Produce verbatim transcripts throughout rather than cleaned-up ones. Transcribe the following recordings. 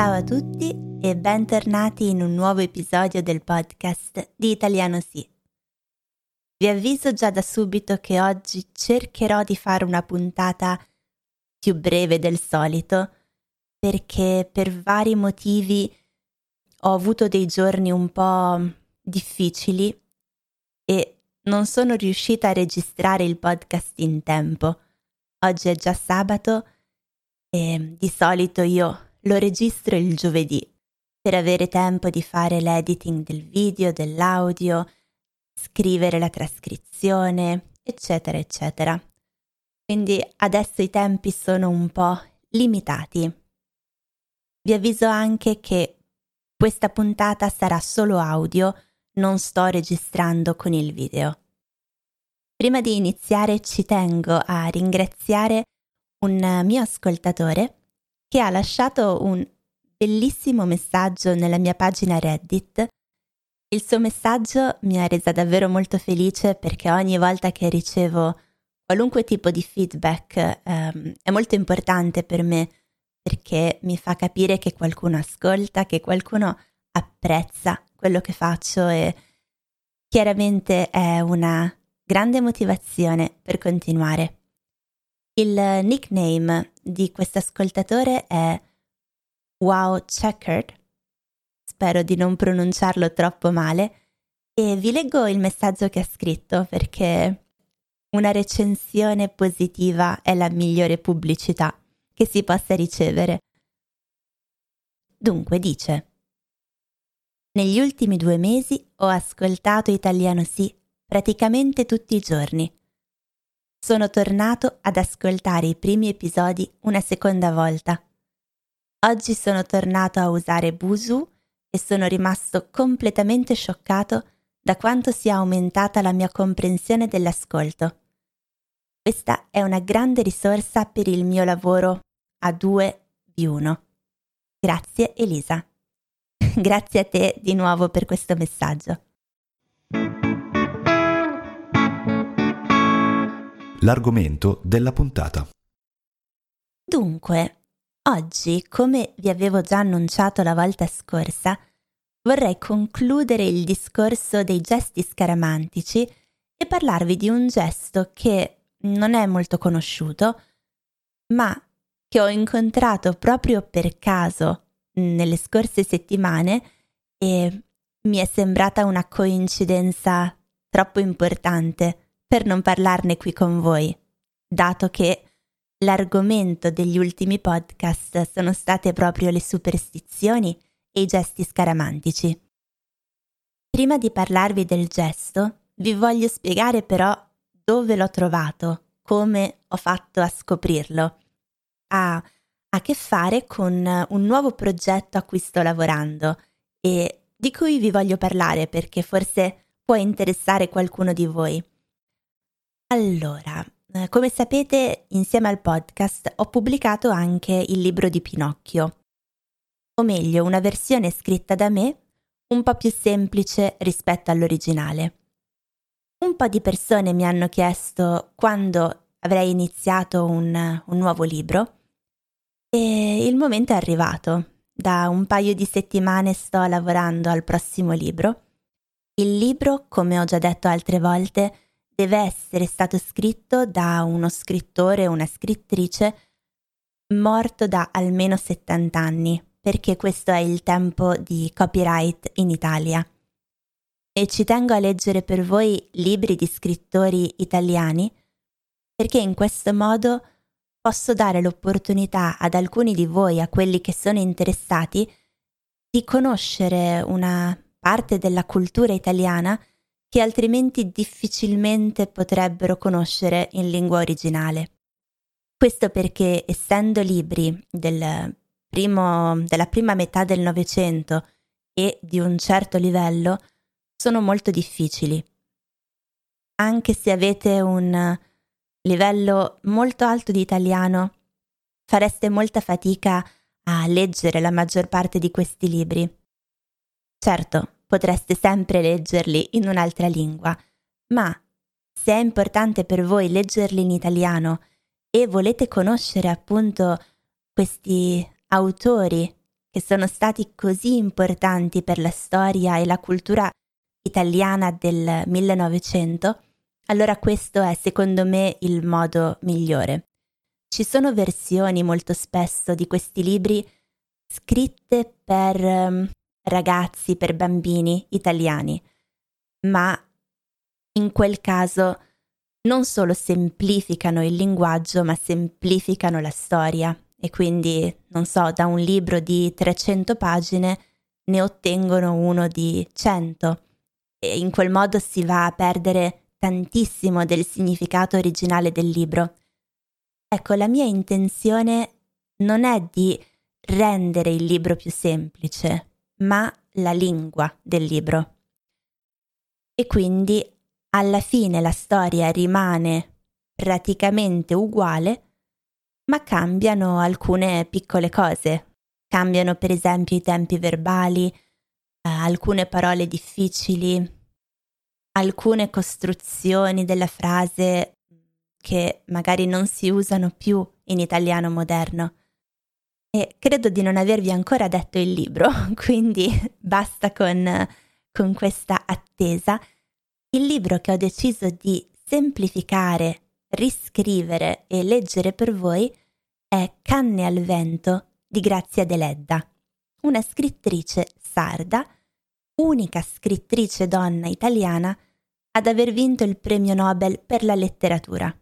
Ciao a tutti e bentornati in un nuovo episodio del podcast di Italiano Sì. Vi avviso già da subito che oggi cercherò di fare una puntata più breve del solito perché per vari motivi ho avuto dei giorni un po' difficili e non sono riuscita a registrare il podcast in tempo. Oggi è già sabato e di solito io lo registro il giovedì per avere tempo di fare l'editing del video, dell'audio, scrivere la trascrizione, eccetera, eccetera. Quindi adesso i tempi sono un po' limitati. Vi avviso anche che questa puntata sarà solo audio, non sto registrando con il video. Prima di iniziare ci tengo a ringraziare un mio ascoltatore che ha lasciato un bellissimo messaggio nella mia pagina Reddit. Il suo messaggio mi ha resa davvero molto felice perché ogni volta che ricevo qualunque tipo di feedback ehm, è molto importante per me perché mi fa capire che qualcuno ascolta, che qualcuno apprezza quello che faccio e chiaramente è una grande motivazione per continuare. Il nickname di questo ascoltatore è Wow Checkered, spero di non pronunciarlo troppo male, e vi leggo il messaggio che ha scritto perché una recensione positiva è la migliore pubblicità che si possa ricevere. Dunque dice: negli ultimi due mesi ho ascoltato Italiano Sì praticamente tutti i giorni. Sono tornato ad ascoltare i primi episodi una seconda volta. Oggi sono tornato a usare Busuu e sono rimasto completamente scioccato da quanto sia aumentata la mia comprensione dell'ascolto. Questa è una grande risorsa per il mio lavoro A due B uno. Grazie Elisa. Grazie a te di nuovo per questo messaggio. L'argomento della puntata. Dunque, oggi, come vi avevo già annunciato la volta scorsa, vorrei concludere il discorso dei gesti scaramantici e parlarvi di un gesto che non è molto conosciuto, ma che ho incontrato proprio per caso nelle scorse settimane e mi è sembrata una coincidenza troppo importante per non parlarne qui con voi, dato che l'argomento degli ultimi podcast sono state proprio le superstizioni e i gesti scaramantici. Prima di parlarvi del gesto, vi voglio spiegare però dove l'ho trovato, come ho fatto a scoprirlo. Ha a che fare con un nuovo progetto a cui sto lavorando e di cui vi voglio parlare perché forse può interessare qualcuno di voi. Allora, come sapete, insieme al podcast ho pubblicato anche il libro di Pinocchio, o meglio, una versione scritta da me un po' più semplice rispetto all'originale. Un po' di persone mi hanno chiesto quando avrei iniziato un, un nuovo libro e il momento è arrivato. Da un paio di settimane sto lavorando al prossimo libro. Il libro, come ho già detto altre volte, deve essere stato scritto da uno scrittore o una scrittrice morto da almeno settanta anni, perché questo è il tempo di copyright in Italia. E ci tengo a leggere per voi libri di scrittori italiani, perché in questo modo posso dare l'opportunità ad alcuni di voi, a quelli che sono interessati, di conoscere una parte della cultura italiana che altrimenti difficilmente potrebbero conoscere in lingua originale. Questo perché, essendo libri del primo, della prima metà del Novecento e di un certo livello, sono molto difficili. Anche se avete un livello molto alto di italiano, fareste molta fatica a leggere la maggior parte di questi libri. Certo, potreste sempre leggerli in un'altra lingua, ma se è importante per voi leggerli in italiano e volete conoscere appunto questi autori che sono stati così importanti per la storia e la cultura italiana del millenovecento, allora questo è secondo me il modo migliore. Ci sono versioni molto spesso di questi libri scritte per um, ragazzi, per bambini italiani, ma in quel caso non solo semplificano il linguaggio, ma semplificano la storia e quindi, non so, da un libro di trecento pagine ne ottengono uno di cento e in quel modo si va a perdere tantissimo del significato originale del libro. Ecco, la mia intenzione non è di rendere il libro più semplice, ma la lingua del libro. E quindi alla fine la storia rimane praticamente uguale, ma cambiano alcune piccole cose. Cambiano per esempio i tempi verbali, eh, alcune parole difficili, alcune costruzioni della frase che magari non si usano più in italiano moderno. E credo di non avervi ancora detto il libro, quindi basta con, con questa attesa. Il libro che ho deciso di semplificare, riscrivere e leggere per voi è Canne al vento di Grazia Deledda, una scrittrice sarda, unica scrittrice donna italiana ad aver vinto il premio Nobel per la letteratura.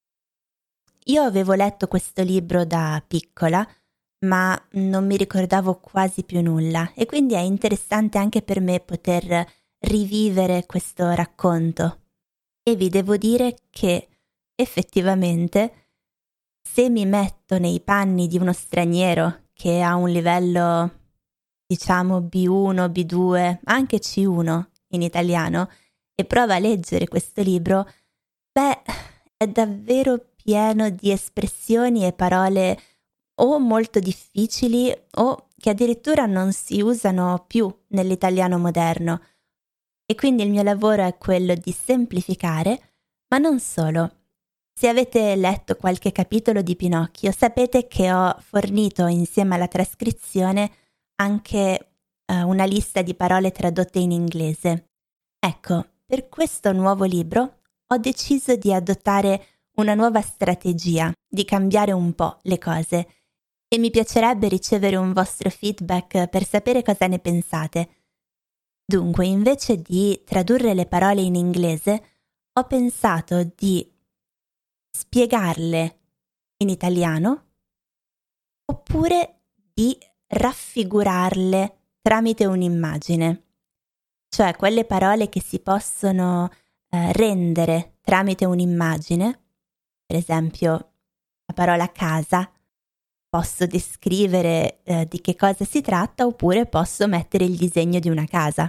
Io avevo letto questo libro da piccola, ma non mi ricordavo quasi più nulla e quindi è interessante anche per me poter rivivere questo racconto. E vi devo dire che effettivamente se mi metto nei panni di uno straniero che ha un livello diciamo B uno, B due, anche C uno in italiano e prova a leggere questo libro, beh, è davvero pieno di espressioni e parole o molto difficili o che addirittura non si usano più nell'italiano moderno. E quindi il mio lavoro è quello di semplificare, ma non solo. Se avete letto qualche capitolo di Pinocchio, sapete che ho fornito insieme alla trascrizione anche eh, una lista di parole tradotte in inglese. Ecco, per questo nuovo libro ho deciso di adottare una nuova strategia, di cambiare un po' le cose e mi piacerebbe ricevere un vostro feedback per sapere cosa ne pensate. Dunque, invece di tradurre le parole in inglese, ho pensato di spiegarle in italiano oppure di raffigurarle tramite un'immagine. Cioè quelle parole che si possono eh, rendere tramite un'immagine, per esempio la parola casa, posso descrivere eh, di che cosa si tratta oppure posso mettere il disegno di una casa.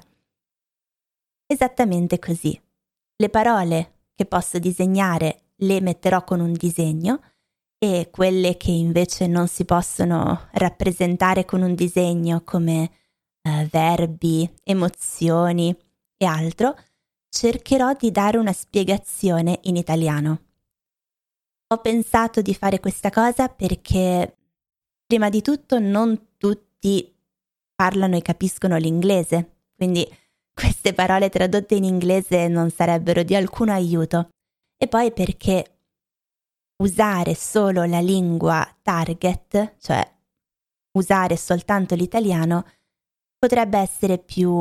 Esattamente così. Le parole che posso disegnare le metterò con un disegno e quelle che invece non si possono rappresentare con un disegno come eh, verbi, emozioni e altro, cercherò di dare una spiegazione in italiano. Ho pensato di fare questa cosa perché prima di tutto non tutti parlano e capiscono l'inglese, quindi queste parole tradotte in inglese non sarebbero di alcun aiuto. E poi perché usare solo la lingua target, cioè usare soltanto l'italiano, potrebbe essere più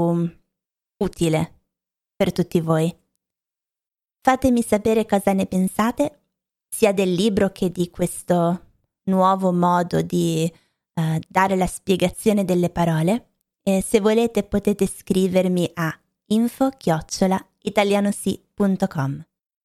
utile per tutti voi. Fatemi sapere cosa ne pensate, sia del libro che di questo nuovo modo di uh, dare la spiegazione delle parole. E se volete potete scrivermi a info chiocciola italianosi punto com.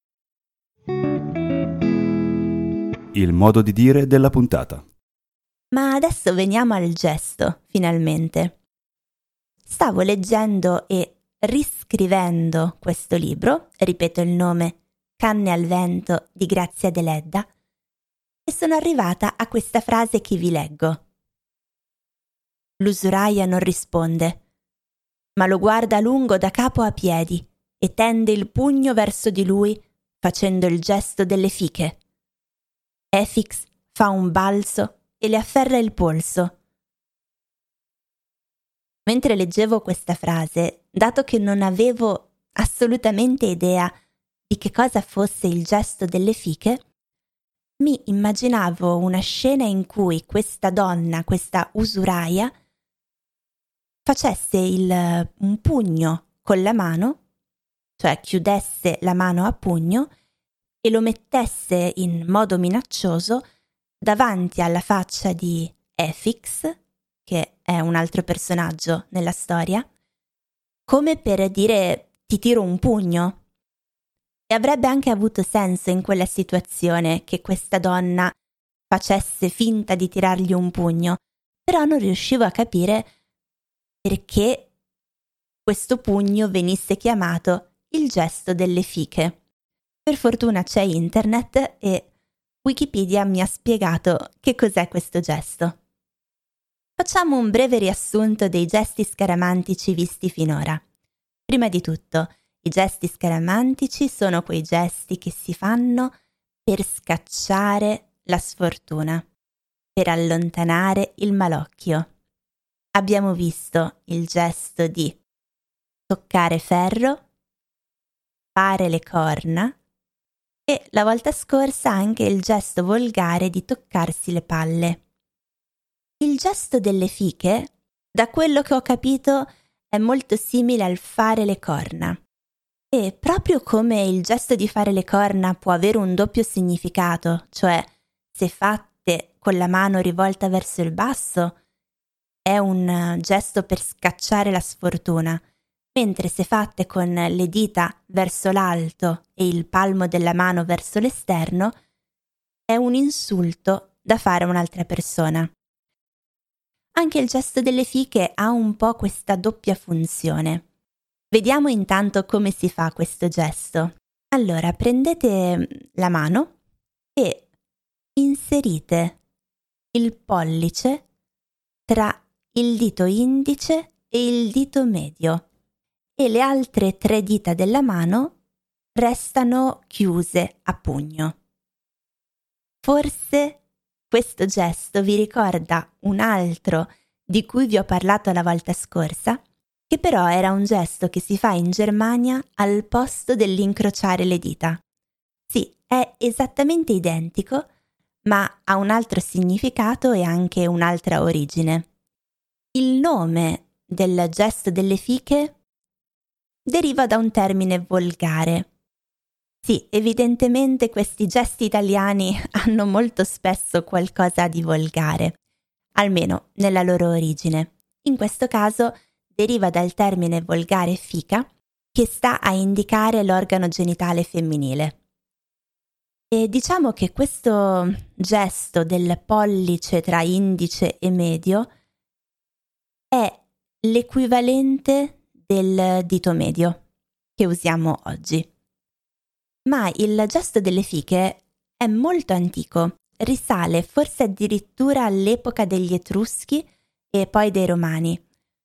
Il modo di dire della puntata. Ma adesso veniamo al gesto, finalmente. Stavo leggendo e riscrivendo questo libro, ripeto il nome, Canne al vento di Grazia Deledda, e sono arrivata a questa frase che vi leggo. L'usuraia non risponde, ma lo guarda a lungo da capo a piedi e tende il pugno verso di lui facendo il gesto delle fiche. Efix fa un balzo e le afferra il polso. Mentre leggevo questa frase, dato che non avevo assolutamente idea di che cosa fosse il gesto delle fiche, mi immaginavo una scena in cui questa donna, questa usuraia, facesse il, un pugno con la mano, cioè chiudesse la mano a pugno e lo mettesse in modo minaccioso davanti alla faccia di Efix, che è un altro personaggio nella storia, come per dire ti tiro un pugno. E avrebbe anche avuto senso in quella situazione che questa donna facesse finta di tirargli un pugno, però non riuscivo a capire perché questo pugno venisse chiamato il gesto delle fiche. Per fortuna c'è internet e Wikipedia mi ha spiegato che cos'è questo gesto. Facciamo un breve riassunto dei gesti scaramantici visti finora. Prima di tutto, i gesti scaramantici sono quei gesti che si fanno per scacciare la sfortuna, per allontanare il malocchio. Abbiamo visto il gesto di toccare ferro, fare le corna e la volta scorsa anche il gesto volgare di toccarsi le palle. Il gesto delle fiche, da quello che ho capito, è molto simile al fare le corna. E proprio come il gesto di fare le corna può avere un doppio significato, cioè se fatte con la mano rivolta verso il basso, è un gesto per scacciare la sfortuna, mentre se fatte con le dita verso l'alto e il palmo della mano verso l'esterno, è un insulto da fare a un'altra persona. Anche il gesto delle fiche ha un po' questa doppia funzione. Vediamo intanto come si fa questo gesto. Allora, prendete la mano e inserite il pollice tra il dito indice e il dito medio e le altre tre dita della mano restano chiuse a pugno. Forse questo gesto vi ricorda un altro di cui vi ho parlato la volta scorsa, che però era un gesto che si fa in Germania al posto dell'incrociare le dita. Sì, è esattamente identico, ma ha un altro significato e anche un'altra origine. Il nome del gesto delle fiche deriva da un termine volgare. Sì, evidentemente questi gesti italiani hanno molto spesso qualcosa di volgare, almeno nella loro origine. In questo caso deriva dal termine volgare fica, che sta a indicare l'organo genitale femminile. E diciamo che questo gesto del pollice tra indice e medio è l'equivalente del dito medio che usiamo oggi. Ma il gesto delle fiche è molto antico, risale forse addirittura all'epoca degli Etruschi e poi dei Romani.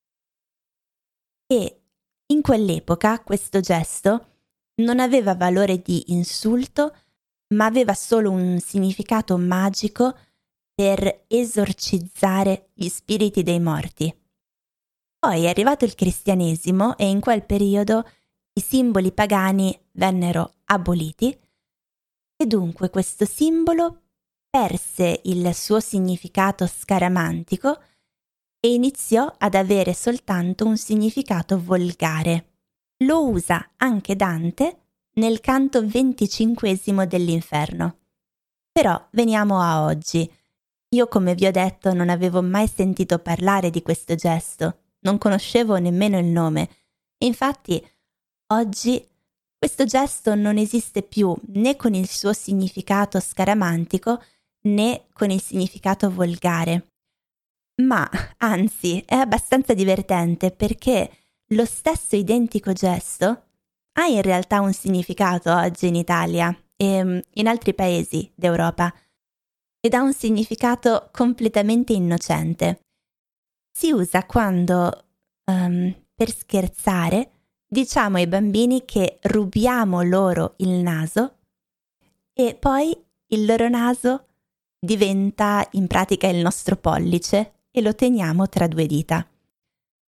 E in quell'epoca questo gesto non aveva valore di insulto, ma aveva solo un significato magico per esorcizzare gli spiriti dei morti. Poi è arrivato il cristianesimo e in quel periodo i simboli pagani vennero aboliti e dunque questo simbolo perse il suo significato scaramantico e iniziò ad avere soltanto un significato volgare. Lo usa anche Dante nel canto venticinquesimo dell'Inferno. Però veniamo a oggi. Io, come vi ho detto, non avevo mai sentito parlare di questo gesto, non conoscevo nemmeno il nome. Infatti, oggi questo gesto non esiste più né con il suo significato scaramantico né con il significato volgare. Ma, anzi, è abbastanza divertente perché lo stesso identico gesto ha in realtà un significato oggi in Italia e in altri paesi d'Europa ed ha un significato completamente innocente. Si usa quando, um, per scherzare, diciamo ai bambini che rubiamo loro il naso e poi il loro naso diventa in pratica il nostro pollice e lo teniamo tra due dita.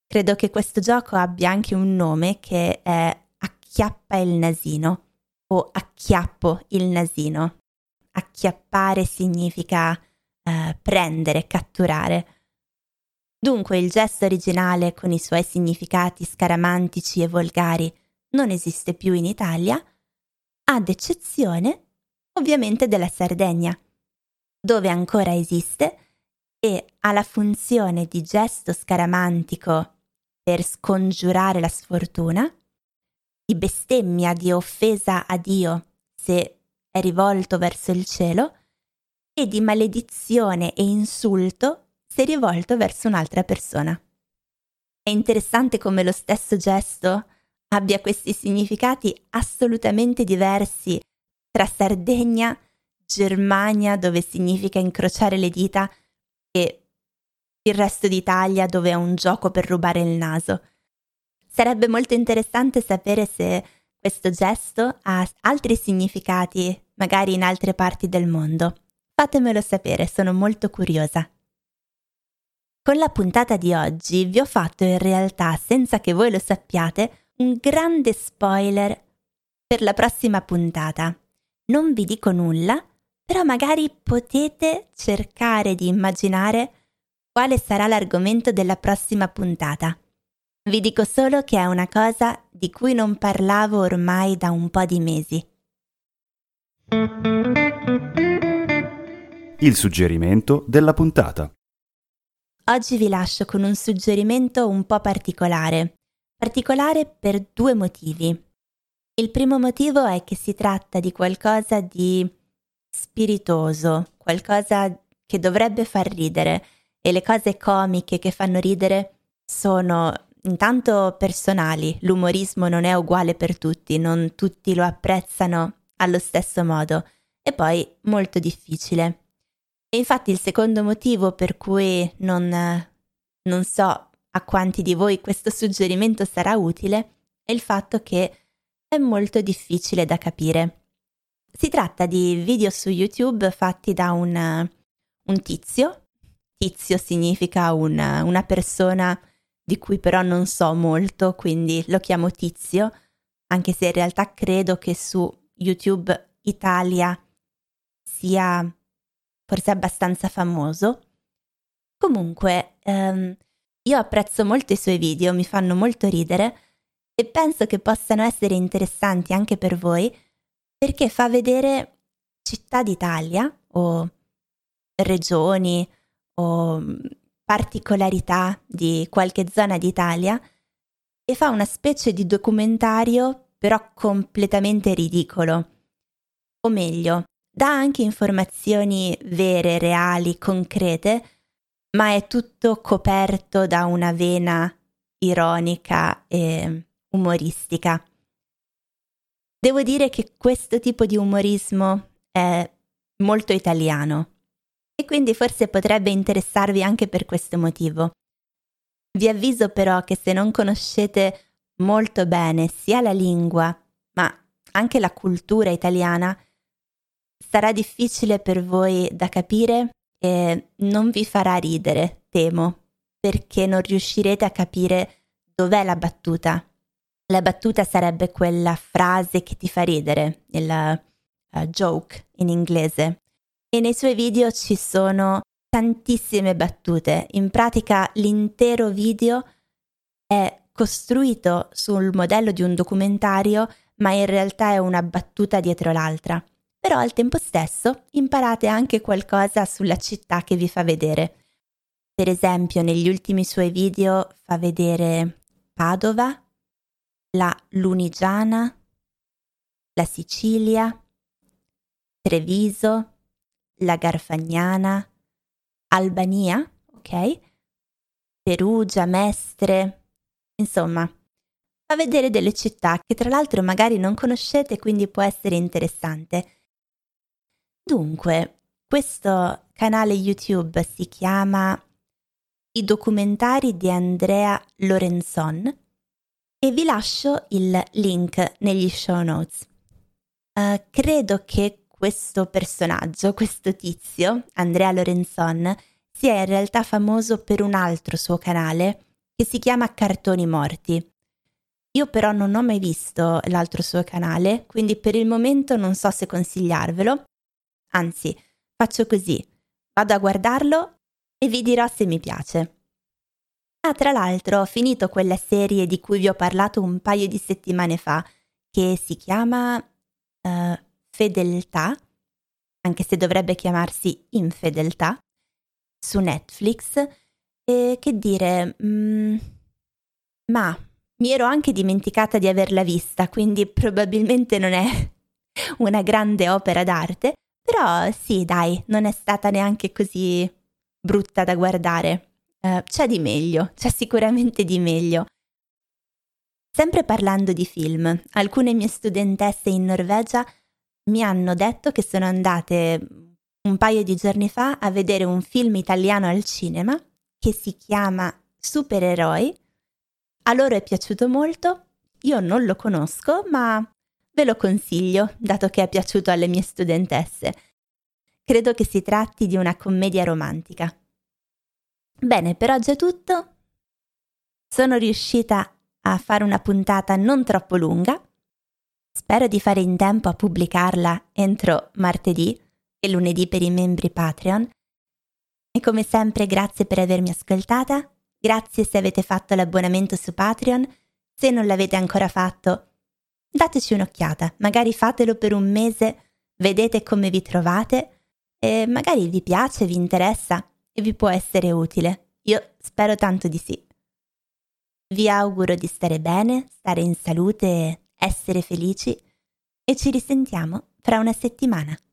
credo che questo gioco abbia anche un nome che è acchiappa il nasino o acchiappo il nasino. Acchiappare significa eh, prendere, catturare. Dunque il gesto originale con i suoi significati scaramantici e volgari non esiste più in Italia, ad eccezione ovviamente della Sardegna, dove ancora esiste e ha la funzione di gesto scaramantico per scongiurare la sfortuna, di bestemmia, di offesa a Dio se è rivolto verso il cielo e di maledizione e insulto se rivolto verso un'altra persona. È interessante come lo stesso gesto abbia questi significati assolutamente diversi tra Sardegna, Germania, dove significa incrociare le dita, e il resto d'Italia, dove è un gioco per rubare il naso. Sarebbe molto interessante sapere se questo gesto ha altri significati, magari in altre parti del mondo. Fatemelo sapere, sono molto curiosa. Con la puntata di oggi vi ho fatto in realtà, senza che voi lo sappiate, un grande spoiler per la prossima puntata. Non vi dico nulla, però magari potete cercare di immaginare quale sarà l'argomento della prossima puntata. Vi dico solo che è una cosa di cui non parlavo ormai da un po' di mesi. Il suggerimento della puntata. Oggi vi lascio con un suggerimento un po' particolare. Particolare per due motivi. Il primo motivo è che si tratta di qualcosa di spiritoso, qualcosa che dovrebbe far ridere, e le cose comiche che fanno ridere sono intanto personali. L'umorismo non è uguale per tutti, non tutti lo apprezzano allo stesso modo, e poi molto difficile. E infatti il secondo motivo per cui non, non so a quanti di voi questo suggerimento sarà utile è il fatto che è molto difficile da capire. Si tratta di video su YouTube fatti da un, un tizio. Tizio significa una, una persona di cui però non so molto, quindi lo chiamo Tizio, anche se in realtà credo che su YouTube Italia sia forse abbastanza famoso. Comunque, ehm, io apprezzo molto i suoi video, mi fanno molto ridere e penso che possano essere interessanti anche per voi, perché fa vedere città d'Italia o regioni o particolarità di qualche zona d'Italia e fa una specie di documentario però completamente ridicolo. O meglio, dà anche informazioni vere, reali, concrete, ma è tutto coperto da una vena ironica e umoristica. Devo dire che questo tipo di umorismo è molto italiano e quindi forse potrebbe interessarvi anche per questo motivo. Vi avviso però che se non conoscete molto bene sia la lingua, ma anche la cultura italiana, sarà difficile per voi da capire e non vi farà ridere, temo, perché non riuscirete a capire dov'è la battuta. La battuta sarebbe quella frase che ti fa ridere, il uh, joke in inglese. E nei suoi video ci sono tantissime battute. In pratica l'intero video è costruito sul modello di un documentario, ma in realtà è una battuta dietro l'altra. Però al tempo stesso imparate anche qualcosa sulla città che vi fa vedere. Per esempio, negli ultimi suoi video fa vedere Padova, la Lunigiana, la Sicilia, Treviso, la Garfagnana, Albania, ok? Perugia, Mestre, insomma, fa vedere delle città che tra l'altro magari non conoscete, quindi può essere interessante. Dunque, questo canale YouTube si chiama I documentari di Andrea Lorenzon e vi lascio il link negli show notes. Uh, credo che questo personaggio, questo tizio, Andrea Lorenzon, sia in realtà famoso per un altro suo canale che si chiama Cartoni Morti. Io però non ho mai visto l'altro suo canale, quindi per il momento non so se consigliarvelo. Anzi, faccio così, vado a guardarlo e vi dirò se mi piace. Ah, tra l'altro ho finito quella serie di cui vi ho parlato un paio di settimane fa, che si chiama uh, Fedeltà, anche se dovrebbe chiamarsi Infedeltà, su Netflix. E che dire, mm, ma mi ero anche dimenticata di averla vista, quindi probabilmente non è una grande opera d'arte, però sì, dai, non è stata neanche così brutta da guardare. Uh, c'è di meglio, c'è sicuramente di meglio. Sempre parlando di film, alcune mie studentesse in Norvegia mi hanno detto che sono andate un paio di giorni fa a vedere un film italiano al cinema che si chiama Supereroi. A loro è piaciuto molto, io non lo conosco, ma ve lo consiglio, dato che è piaciuto alle mie studentesse. Credo che si tratti di una commedia romantica. Bene, per oggi è tutto. Sono riuscita a fare una puntata non troppo lunga. Spero di fare in tempo a pubblicarla entro martedì e lunedì per i membri Patreon. E come sempre grazie per avermi ascoltata, grazie se avete fatto l'abbonamento su Patreon. Se non l'avete ancora fatto, dateci un'occhiata, magari fatelo per un mese, vedete come vi trovate e magari vi piace, vi interessa e vi può essere utile. Io spero tanto di sì. Vi auguro di stare bene, stare in salute, essere felici e ci risentiamo fra una settimana.